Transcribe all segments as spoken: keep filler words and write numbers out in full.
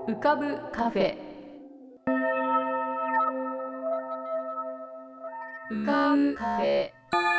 浮かぶカフェ。浮かぶカフェ。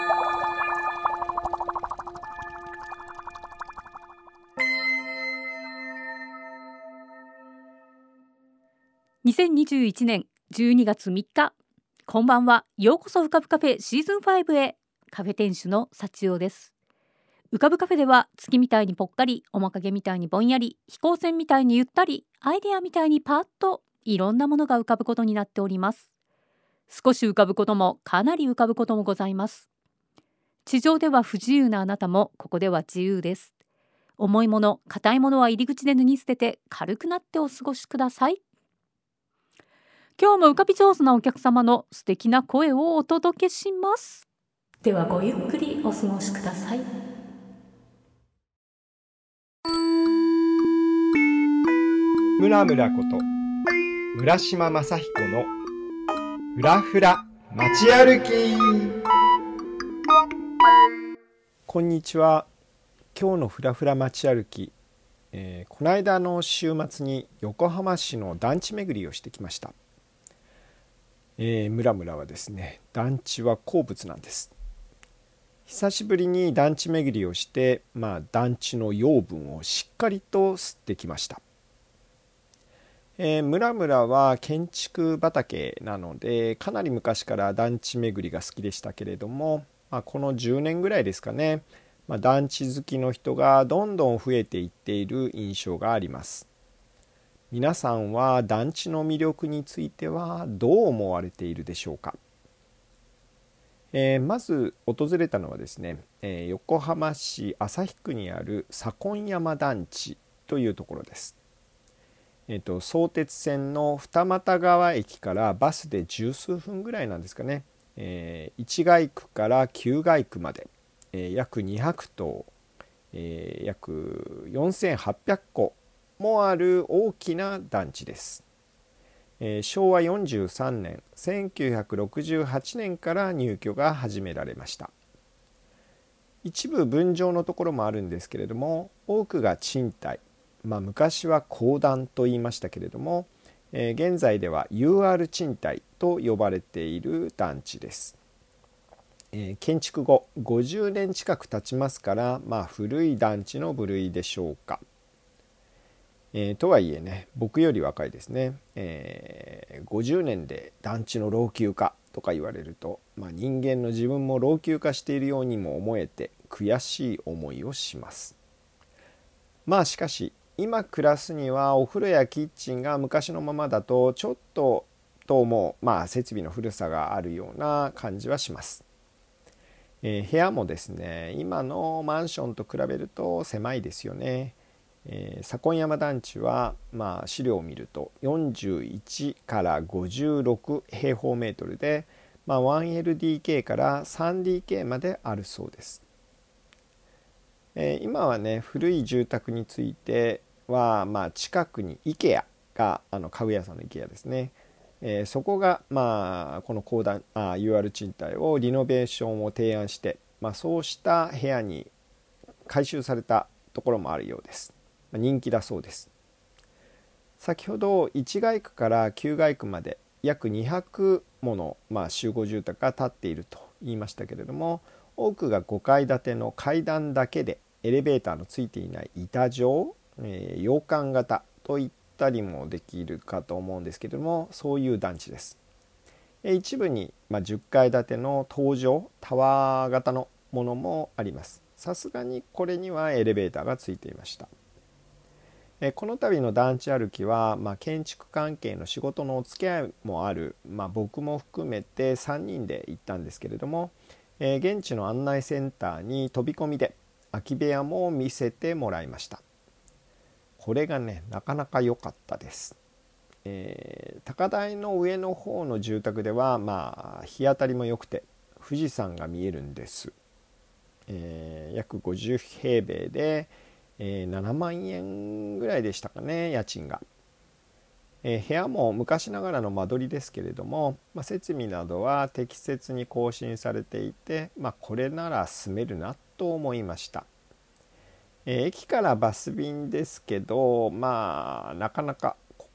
にせんにじゅういちねんじゅうにがつみっか、こんばんは。ようこそ浮かぶカフェシーズンファイブへ。カフェ店主の幸代です。浮かぶカフェでは、月みたいにぽっかり、面影みたいにぼんやり、飛行船みたいにゆったり、アイデアみたいにパッと、いろんなものが浮かぶことになっております。少し浮かぶことも、かなり浮かぶこともございます。地上では不自由なあなたも、ここでは自由です。重いもの、硬いものは入り口で脱ぎ捨てて、軽くなってお過ごしください。今日も浮かび上手なお客様の素敵な声をお届けします。ではごゆっくりお過ごしください。 ムラムラこと村島正彦のふらふら街歩き。こんにちは。今日のふらふら街歩き、えー、この間の週末に横浜市の団地巡りをしてきました。えー、ムラムラはですね、団地は好物なんです。久しぶりに団地巡りをして、まあ、団地の養分をしっかりと吸ってきました。えー、村々は建築畑なので、かなり昔から団地巡りが好きでしたけれども、まあ、このじゅうねんぐらいですかね、まあ、団地好きの人がどんどん増えていっている印象があります。皆さんは団地の魅力についてはどう思われているでしょうか。えー、まず訪れたのはですね、えー、横浜市旭区にある左近山団地というところです。えーと、相鉄線の二俣川駅からバスで十数分ぐらいなんですかね、えー、いち街区からきゅう街区まで、えー、約にひゃくとう、えー、約よんせんはっぴゃっこもある大きな団地です。えー、しょうわよんじゅうさんねんせんきゅうひゃくろくじゅうはちねんから入居が始められました。一部分譲のところもあるんですけれども、多くが賃貸、まあ、昔は公団と言いましたけれども、えー、現在では ユーアール 賃貸と呼ばれている団地です。えー、建築後ごじゅうねん近く経ちますから、まあ、古い団地の部類でしょうか。えー、とはいえね、僕より若いですね、えー、ごじゅうねんで団地の老朽化とか言われると、まあ、人間の自分も老朽化しているようにも思えて悔しい思いをします。まあしかし今暮らすにはお風呂やキッチンが昔のままだとちょっとともまあ設備の古さがあるような感じはします。えー、部屋もですね、今のマンションと比べると狭いですよね。えー、左近山団地は、まあ、資料を見るとよんじゅういちからごじゅうろく平方メートルで、まあ、ワンエルディーケー から スリーディーケー まであるそうです。えー、今はね、古い住宅については、まあ、近くに IKEA があの家具屋さんの IKEA ですね、えー、そこが、まあ、この公団あ ユーアール 賃貸をリノベーションを提案して、まあ、そうした部屋に改修されたところもあるようです。人気だそうです。先ほどいち街区からきゅう街区まで約にひゃくもの、まあ、集合住宅が建っていると言いましたけれども、多くがごかい建ての階段だけでエレベーターのついていない板状、えー、洋館型といったりもできるかと思うんですけれども、そういう団地です。一部に、まあ、じゅっかい建ての塔状タワー型のものもあります。さすがにこれにはエレベーターがついていました。この度の団地歩きは、まあ、建築関係の仕事のお付き合いもある、まあ、僕も含めてさんにんで行ったんですけれども、えー、現地の案内センターに飛び込みで空き部屋も見せてもらいました。これがね、なかなか良かったです。えー、高台の上の方の住宅では、まあ、日当たりも良くて富士山が見えるんです。えー、約ごじゅう平米でえー、ななまんえんぐらいでしたかね、家賃が。えー、部屋も昔ながらの間取りですけれども、まあ、設備などは適切に更新されていて、まあ、これなら住めるなと思いました。えー、駅からバス便ですけど、まあなかなかこ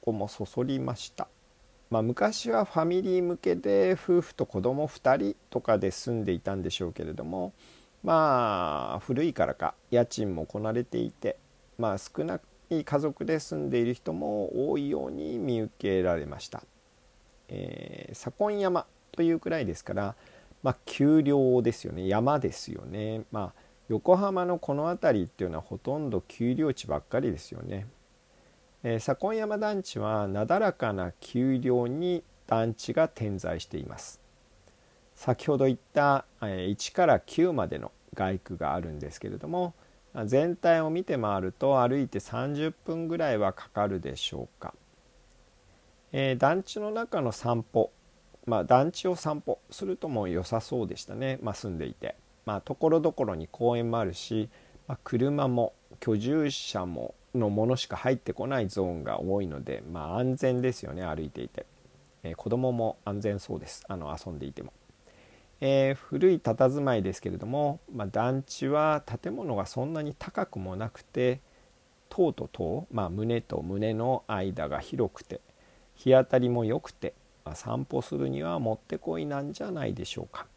こもそそりました。まあ、昔はファミリー向けで夫婦と子供ふたりとかで住んでいたんでしょうけれども、まあ古いからか家賃もこなれていて、まあ、少ない家族で住んでいる人も多いように見受けられました。えー、左近山というくらいですから、まあ、丘陵ですよね、山ですよね。まあ、横浜のこの辺りっていうのはほとんど丘陵地ばっかりですよね。えー、左近山団地はなだらかな丘陵に団地が点在しています。先ほど言った、えー、いちからきゅうまでの街区があるんですけれども、全体を見て回ると歩いてさんじゅっぷんぐらいはかかるでしょうか。えー、団地の中の散歩、まあ、団地を散歩するとも良さそうでしたね。まあ、住んでいて、まあ、ところどころに公園もあるし、まあ、車も居住者ものものしか入ってこないゾーンが多いので、まあ、安全ですよね、歩いていて。えー、子供も安全そうです、あの遊んでいても。えー、古い佇まいですけれども、まあ、団地は建物がそんなに高くもなくて、棟と棟、まあ、棟と棟の間が広くて日当たりも良くて、まあ、散歩するにはもってこいなんじゃないでしょうか。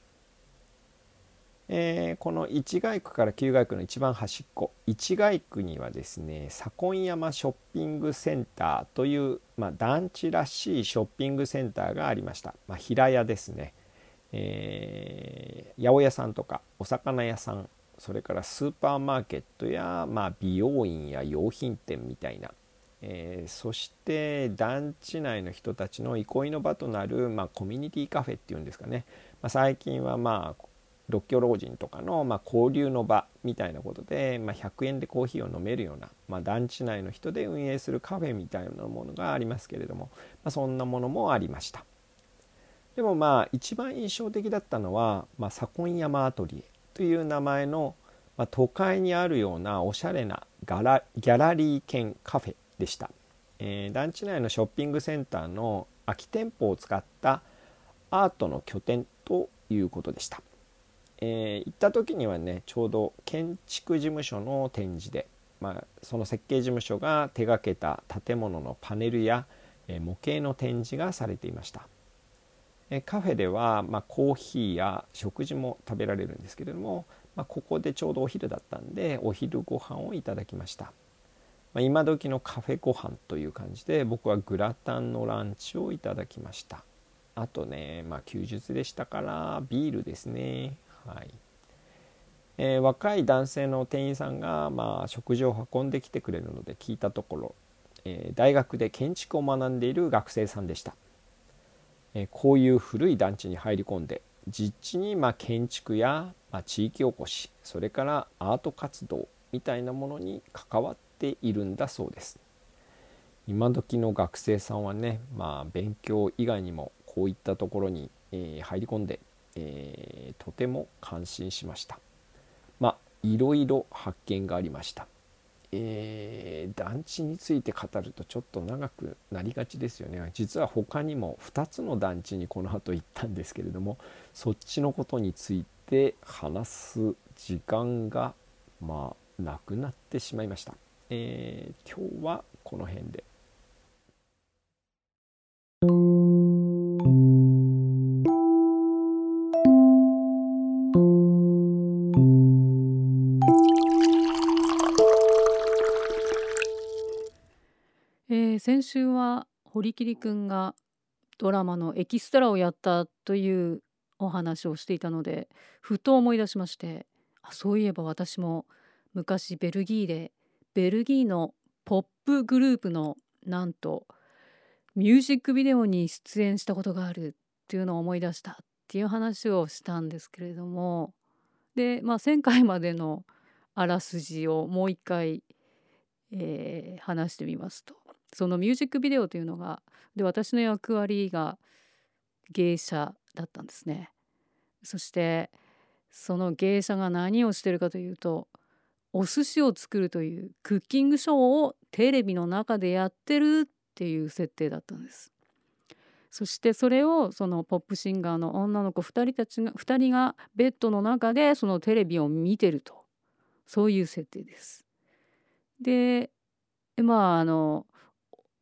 えー、この一街区から九街区の一番端っこ、一街区にはですね、左近山ショッピングセンターという、まあ、団地らしいショッピングセンターがありました。まあ、平屋ですね。えー、八百屋さんとかお魚屋さん、それからスーパーマーケットや、まあ、美容院や用品店みたいな、えー、そして団地内の人たちの憩いの場となる、まあ、コミュニティカフェっていうんですかね、まあ、最近はまあ独居老人とかの、まあ、交流の場みたいなことで、まあ、ひゃくえんでコーヒーを飲めるような、まあ、団地内の人で運営するカフェみたいなものがありますけれども、まあ、そんなものもありました。でもまあ一番印象的だったのは、まあ、左近山アトリエという名前の、まあ、都会にあるようなおしゃれなガラギャラリー兼カフェでした。えー、団地内のショッピングセンターの空き店舗を使ったアートの拠点ということでした。えー、行った時にはね、ちょうど建築事務所の展示で、まあ、その設計事務所が手がけた建物のパネルや、えー、模型の展示がされていました。えー、カフェでは、まあ、コーヒーや食事も食べられるんですけれども、まあ、ここでちょうどお昼だったんでお昼ご飯をいただきました。まあ、今時のカフェご飯という感じで、僕はグラタンのランチをいただきました。あとね、まあ、休日でしたからビールですね。はい。えー、若い男性の店員さんが、まあ、食事を運んできてくれるので聞いたところ、えー、大学で建築を学んでいる学生さんでした。えー、こういう古い団地に入り込んで実地に、まあ、建築や、まあ、地域おこし、それからアート活動みたいなものに関わっているんだそうです。今時の学生さんはね、まあ、勉強以外にもこういったところに、えー、入り込んで、えー、とても感心しました。まあいろいろ発見がありました。えー、団地について語るとちょっと長くなりがちですよね。実は他にもふたつの団地にこの後行ったんですけれども、そっちのことについて話す時間がまあなくなってしまいました。えー、今日はこの辺で。 えー、先週は堀切くんがドラマのエキストラをやったというお話をしていたので、ふと思い出しまして、あ、そういえば私も昔ベルギーでベルギーのポップグループのなんとミュージックビデオに出演したことがあるっていうのを思い出したっていう話をしたんですけれども、で、まあ、前回までのあらすじをもう一回、えー話してみますと、そのミュージックビデオというのが、で私の役割が芸者だったんですね。そしてその芸者が何をしてるかというと、お寿司を作るというクッキングショーをテレビの中でやってるっていう設定だったんです。そしてそれをそのポップシンガーの女の子ふたりたちがふたりがベッドの中でそのテレビを見てると、そういう設定です。で、まああの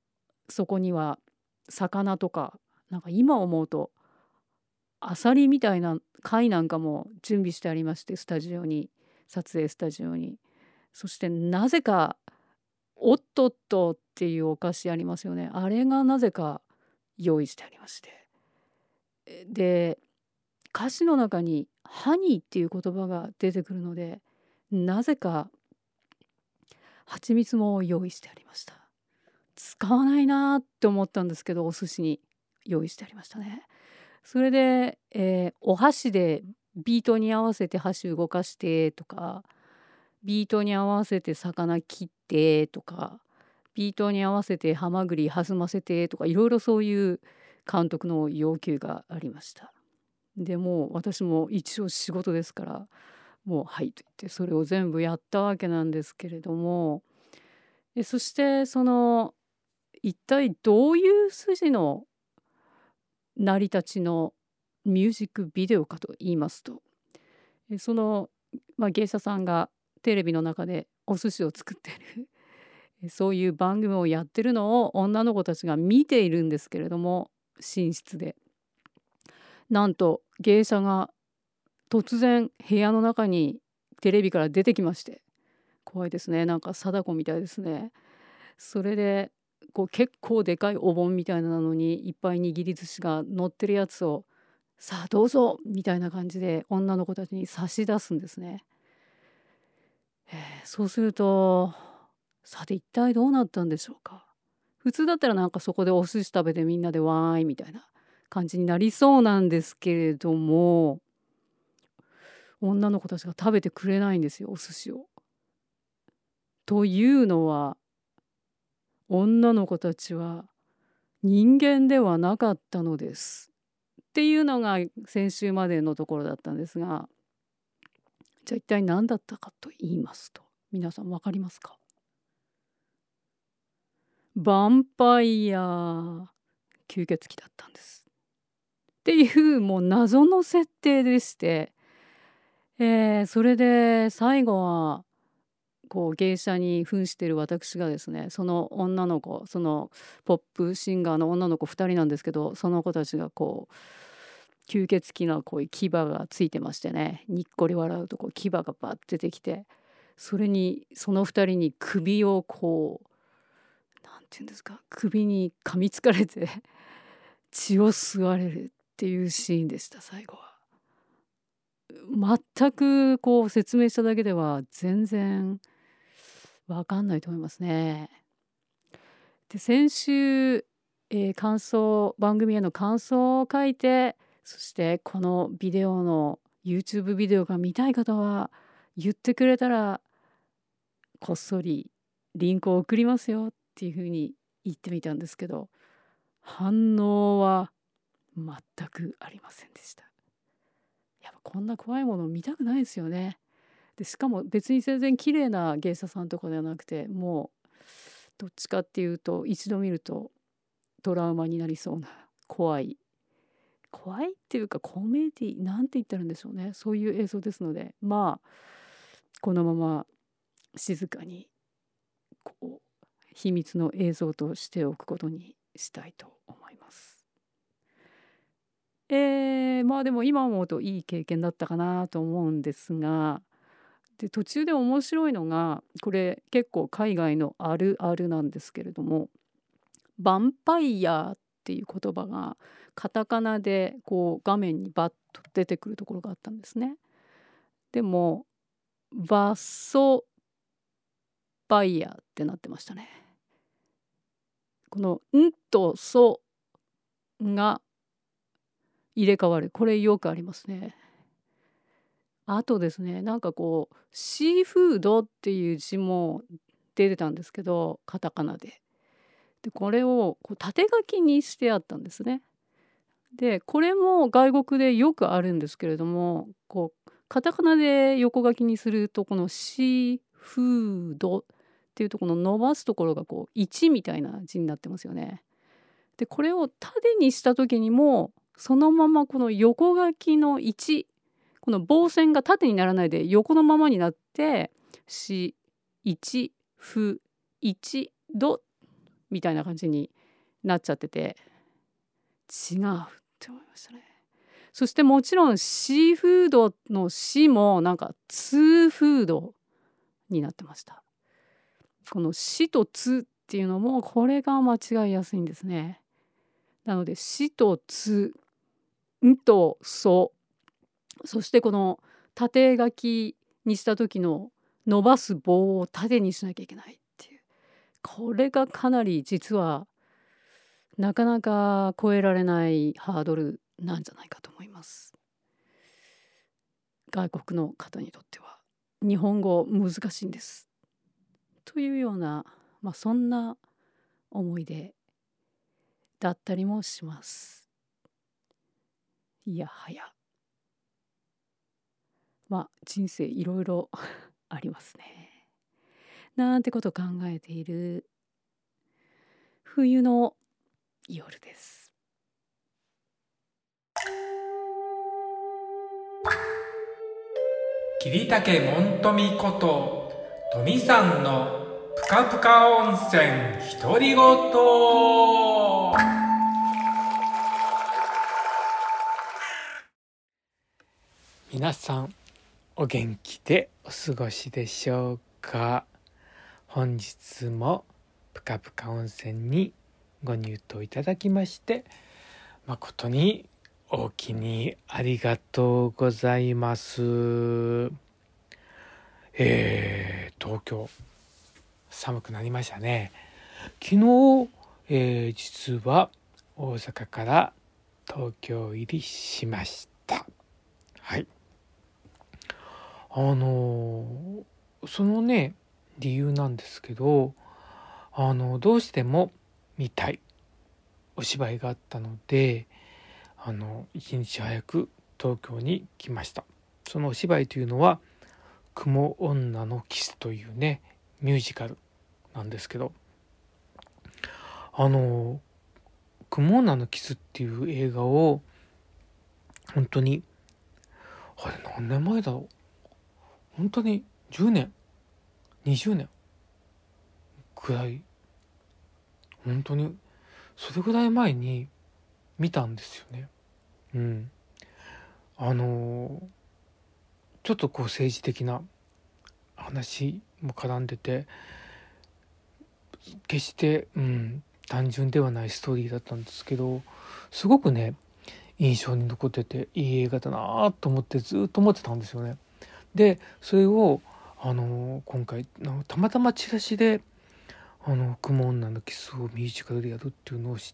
そこには魚とか、なんか今思うとアサリみたいな貝なんかも準備してありまして、スタジオに、撮影スタジオに。そしてなぜかおっとっとっていうお菓子ありますよね。あれがなぜか用意してありまして、で歌詞の中にハニーっていう言葉が出てくるので、なぜか蜂蜜も用意してありました。使わないなって思ったんですけど、お寿司に用意してありましたね。それで、えーお箸でビートに合わせて箸動かしてとか、ビートに合わせて魚切ってとか、ビートに合わせてハマグリ弾ませてとか、いろいろそういう監督の要求がありました。でもう私も一応仕事ですから、もうはいと言ってそれを全部やったわけなんですけれども、でそしてその一体どういう筋の成り立ちのミュージックビデオかと言いますと、えその、まあ、芸者さんがテレビの中でお寿司を作ってるえそういう番組をやってるのを女の子たちが見ているんですけれども、寝室でなんと芸者が突然部屋の中にテレビから出てきまして、怖いですね。なんか貞子みたいですね。それでこう結構でかいお盆みたいなのにいっぱい握り寿司が乗ってるやつを、さあどうぞみたいな感じで女の子たちに差し出すんですね。えーそうすると、さて一体どうなったんでしょうか。普通だったらなんかそこでお寿司食べてみんなでわーいみたいな感じになりそうなんですけれども、女の子たちが食べてくれないんですよ、お寿司を。というのは、女の子たちは人間ではなかったのですっていうのが先週までのところだったんですが、じゃあ一体何だったかと言いますと、皆さん分かりますか？ヴァンパイア吸血鬼だったんですっていう、もう謎の設定でして、えーそれで最後はこう芸者に扮している私がですね、その女の子、そのポップシンガーの女の子ふたりなんですけど、その子たちがこう吸血鬼のこういう牙がついてましてね、にっこり笑うとこう牙がバッて出てきて、それにそのふたりに首をこうなんていうんですか、首に噛みつかれて血を吸われるっていうシーンでした。最後は全くこう説明しただけでは全然わかんないと思いますね。で先週、えー感想番組への感想を書いて、そしてこのビデオの YouTube ビデオが見たい方は言ってくれたらこっそりリンクを送りますよっていうふうに言ってみたんですけど、反応は全くありませんでした。やっぱこんな怖いもの見たくないですよね。でしかも別に全然綺麗な芸者さんとかではなくて、もうどっちかっていうと一度見るとトラウマになりそうな怖い怖いっていうかコメディなんて言ったらいいんでしょうね、そういう映像ですので、まあこのまま静かにこう秘密の映像としておくことにしたいと思います。えー、まあでも今思うといい経験だったかなと思うんですが、で途中で面白いのが、これ結構海外のあるあるなんですけれども、ヴァンパイアっていう言葉がカタカナでこう画面にバッと出てくるところがあったんですね。でもバッソバイヤーってなってましたね。このんとそが入れ替わる、これよくありますね。あとですね、なんかこうシーフードっていう字も出てたんですけど、カタカナで。でこれをこう縦書きにしてあったんですね。でこれも外国でよくあるんですけれども、こうカタカナで横書きにすると、このシーフードっていうところの伸ばすところがこういちみたいな字になってますよね。でこれを縦にした時にもそのままこの横書きのいち、この棒線が縦にならないで横のままになって、しいちふいちどみたいな感じになっちゃってて、違うって思いましたね。そしてもちろんシーフードのシもなんかツーフードになってました。このシとツっていうのもこれが間違いやすいんですね。なのでシとツ、んとソ、そしてこの縦書きにした時の伸ばす棒を縦にしなきゃいけないっていう、これがかなり実はなかなか超えられないハードルなんじゃないかと思います。外国の方にとっては日本語難しいんですというような、まあ、そんな思い出だったりもします。いやはや、まあ人生いろいろありますね。なんてことを考えている冬の夜です。 桐竹門富こと富さんのぷかぷか温泉独り言。皆さんお元気でお過ごしでしょうか。本日もぷかぷか温泉にご入湯いただきまして誠におおきにありがとうございます。えー、東京寒くなりましたね。昨日、えー、実は大阪から東京入りしました。はい。あのー、そのね理由なんですけど、あのどうしても見たいお芝居があったので、あの一日早く東京に来ました。そのお芝居というのは雲女のキスというねミュージカルなんですけど、あの雲女のキスっていう映画を本当にあれ何年前だろう、本当にじゅうねんにじゅうねんくらい、本当にそれぐらい前に見たんですよね。うん。あのちょっとこう政治的な話も絡んでて、決して、うん、単純ではないストーリーだったんですけど、すごくね印象に残ってていい映画だなと思ってずっと思ってたんですよね。でそれをあの今回たまたまチラシであの雲女のキスをミュージカルでやるっていうのを知って、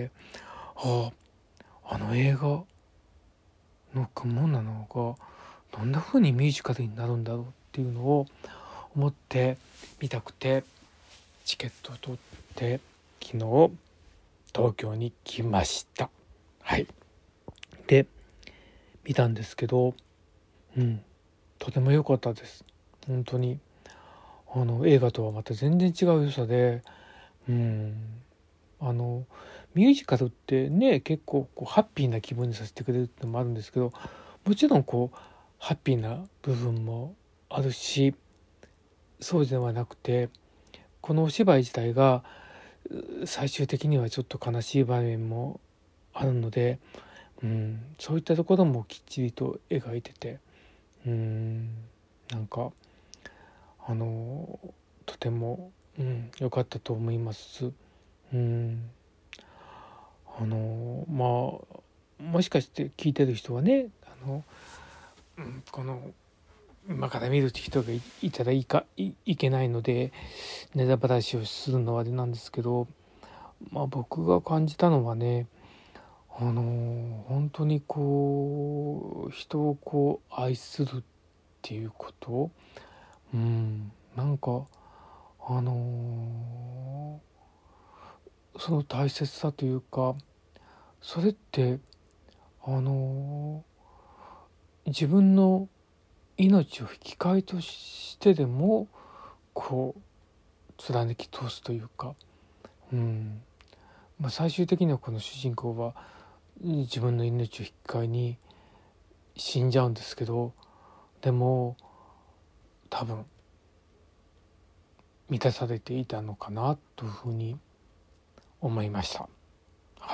あああの映画の雲女のがどんな風にミュージカルになるんだろうっていうのを思って見たくてチケットを取って昨日東京に来ました。はい。で見たんですけど、うんとても良かったです。本当にあの映画とはまた全然違う良さで、うんあのミュージカルってね結構こうハッピーな気分にさせてくれるってのもあるんですけど、もちろんこうハッピーな部分もあるし、そうではなくてこのお芝居自体が最終的にはちょっと悲しい場面もあるので、うん、そういったところもきっちりと描いてて、うんなんかあのとても良、うん、かったと思います。うんあのまあもしかして聞いてる人はねあの、うん、この今から見る人が い, いたらいいか い, いけないのでネタばらしをするのはあれなんですけど、まあ僕が感じたのはね、あの本当にこう人をこう愛するっていうこと、うんなんかあのその大切さというか、それってあの自分の命を引き換えとしてでもこう貫き通すというか、うんまあ、最終的にはこの主人公は自分の命を引き換えに死んじゃうんですけど、でも多分満たされていたのかなというふうに思いました。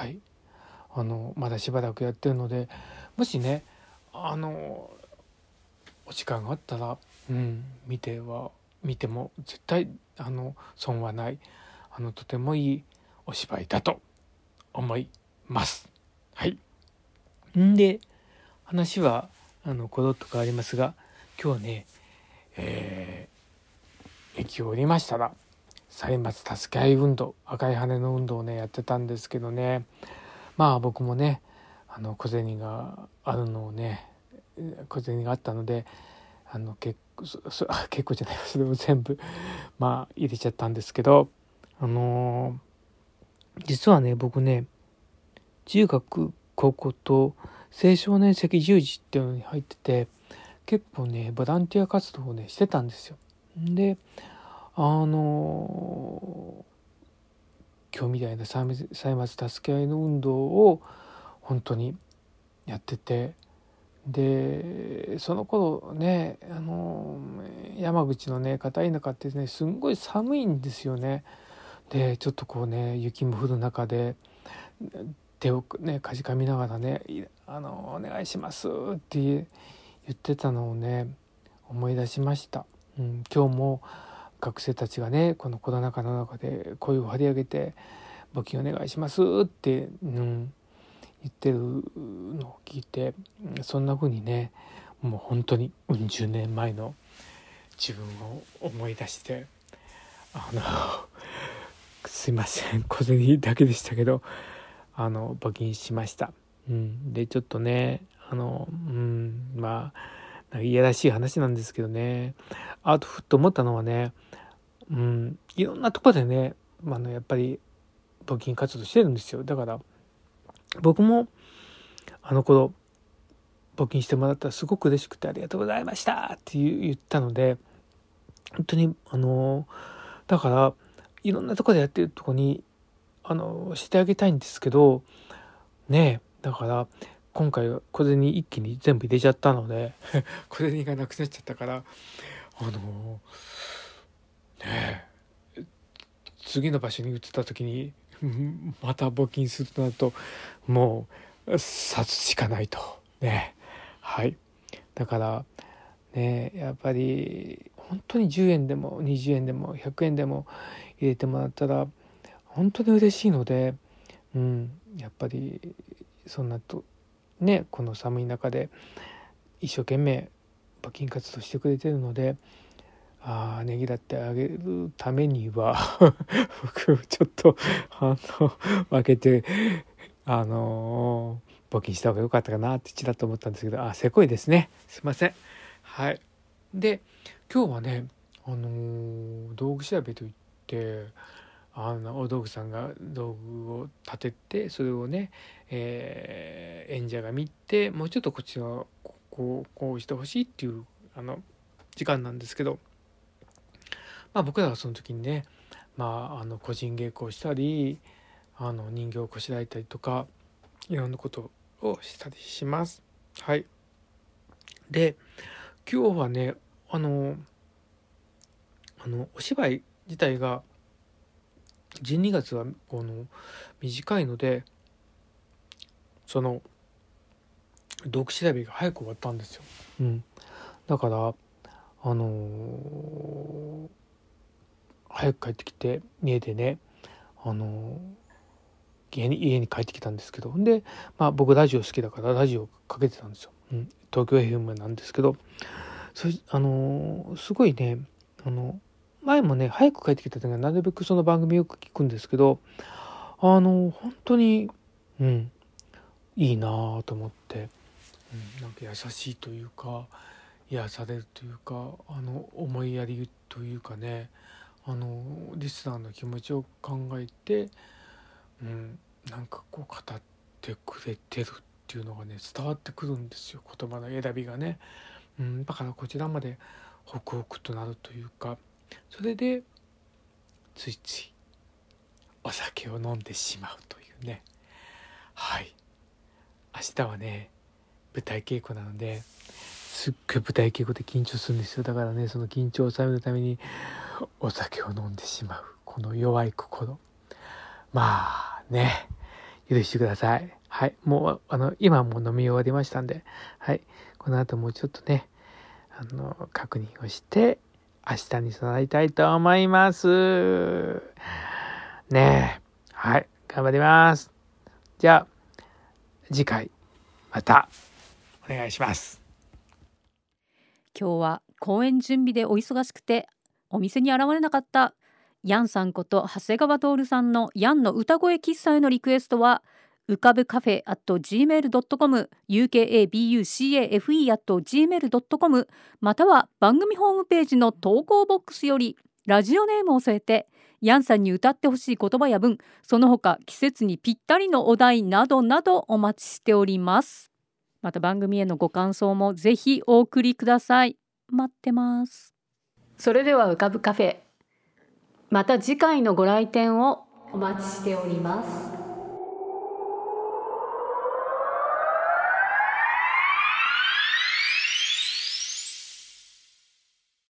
はい、あのまだしばらくやってるので、もしねあのお時間があったら、うん、見ては見ても絶対あの損はない、あのとてもいいお芝居だと思います。はい。んで話はあのコロッと変わりますが、今日ね、えー、駅を降りましたら歳末助け合い運動、赤い羽の運動をねやってたんですけどね、まあ僕もねあの小銭があるのをね小銭があったので、あの結構そそ結構じゃないそれを全部まあ入れちゃったんですけど、あのー、実はね僕ね中学高校と青少年赤十字っていうのに入ってて、結構ねボランティア活動をねしてたんですよ。であのー、今日みたいな歳末助け合いの運動を本当にやってて、でその頃ねあの山口のね片田舎ってねすんごい寒いんですよね。でちょっとこうね雪も降る中で手をねかじかみながらねあのお願いしますって言ってたのをね思い出しました。うん、今日も学生たちがねこのコロナ禍の中で声を張り上げて募金お願いしますって、うん、言ってるのを聞いて、そんな風にねもう本当にうん十年前の自分を思い出して、あのすいません小銭だけでしたけどあの募金しました。うん、でちょっとねあの、うん、まあいやらしい話なんですけどね、あとふっと思ったのはね、うん、いろんなところでね、あのやっぱり募金活動してるんですよ。だから僕もあの頃募金してもらったらすごく嬉しくてありがとうございましたって言ったので、本当にあのだからいろんなところでやってるとこにあのしてあげたいんですけどね。だから今回は小銭一気に全部入れちゃったので小銭がなくなっちゃったからあのねえ次の場所に移った時にまた募金するとなるともう札しかないとね。はい。だからねやっぱり本当にじゅうえんでもにじゅうえんでもひゃくえんでも入れてもらったら本当に嬉しいので、うん、やっぱりそんなとねこの寒い中で一生懸命募金活動してくれてるので、ああねぎらってあげるためには僕ちょっとあの分けてあの募金した方が良かったかなってちらっと思ったんですけど、あせこいですね、すいません。はい。で今日はねあのー、道具調べといってあのお道具さんが道具を立ててそれをね、えー、演者が見てもうちょっとこっちはこうこうしてほしいっていうあの時間なんですけど、まあ僕らはその時にね、まあ、あの個人稽古をしたりあの人形をこしらえたりとかいろんなことをしたりします。はい。で今日はねあのあのお芝居自体がじゅうにがつはこの短いのでその道具調べが早く終わったんですよ。うん、だからあのー、早く帰ってきて家でねあのー、家に家に帰ってきたんですけど、で、まあ、僕ラジオ好きだからラジオかけてたんですよ。うん、東京 エフエム なんですけど、そあのー、すごいねあの前もね早く帰ってきた時はなるべくその番組よく聞くんですけど、あの本当にうんいいなと思って、うん、なんか優しいというか癒されるというかあの思いやりというかねあのリスナーの気持ちを考えて、うん、なんかこう語ってくれてるっていうのがね伝わってくるんですよ、言葉の選びがね、うん、だからこちらまでホクホクとなるというか、それでついついお酒を飲んでしまうというね。はい。明日はね舞台稽古なのですっごい舞台稽古で緊張するんですよ。だからねその緊張を抑えるためにお酒を飲んでしまうこの弱い心、まあね許してください。はい。もう、あの、今はもう飲み終わりましたんで、はい。この後もうちょっとね、あの、確認をして、明日に備えたいと思います。ねえ。はい。頑張ります。じゃあ、次回、また、お願いします。 今日は公演準備でお忙しくてお店に現れなかったヤンさんこと長谷川徹さんのヤンの歌声喫茶へのリクエストは浮かぶカフェ アットジーメールドットコム ユーケーエービーユーシーエーエフイー アットジーメールドットコム または番組ホームページの投稿ボックスよりラジオネームを添えてヤンさんに歌ってほしい言葉や文、その他季節にぴったりのお題などなどお待ちしております。また番組へのご感想もぜひお送りください。待ってます。それでは浮かぶカフェ、また次回のご来店をお待ちしております。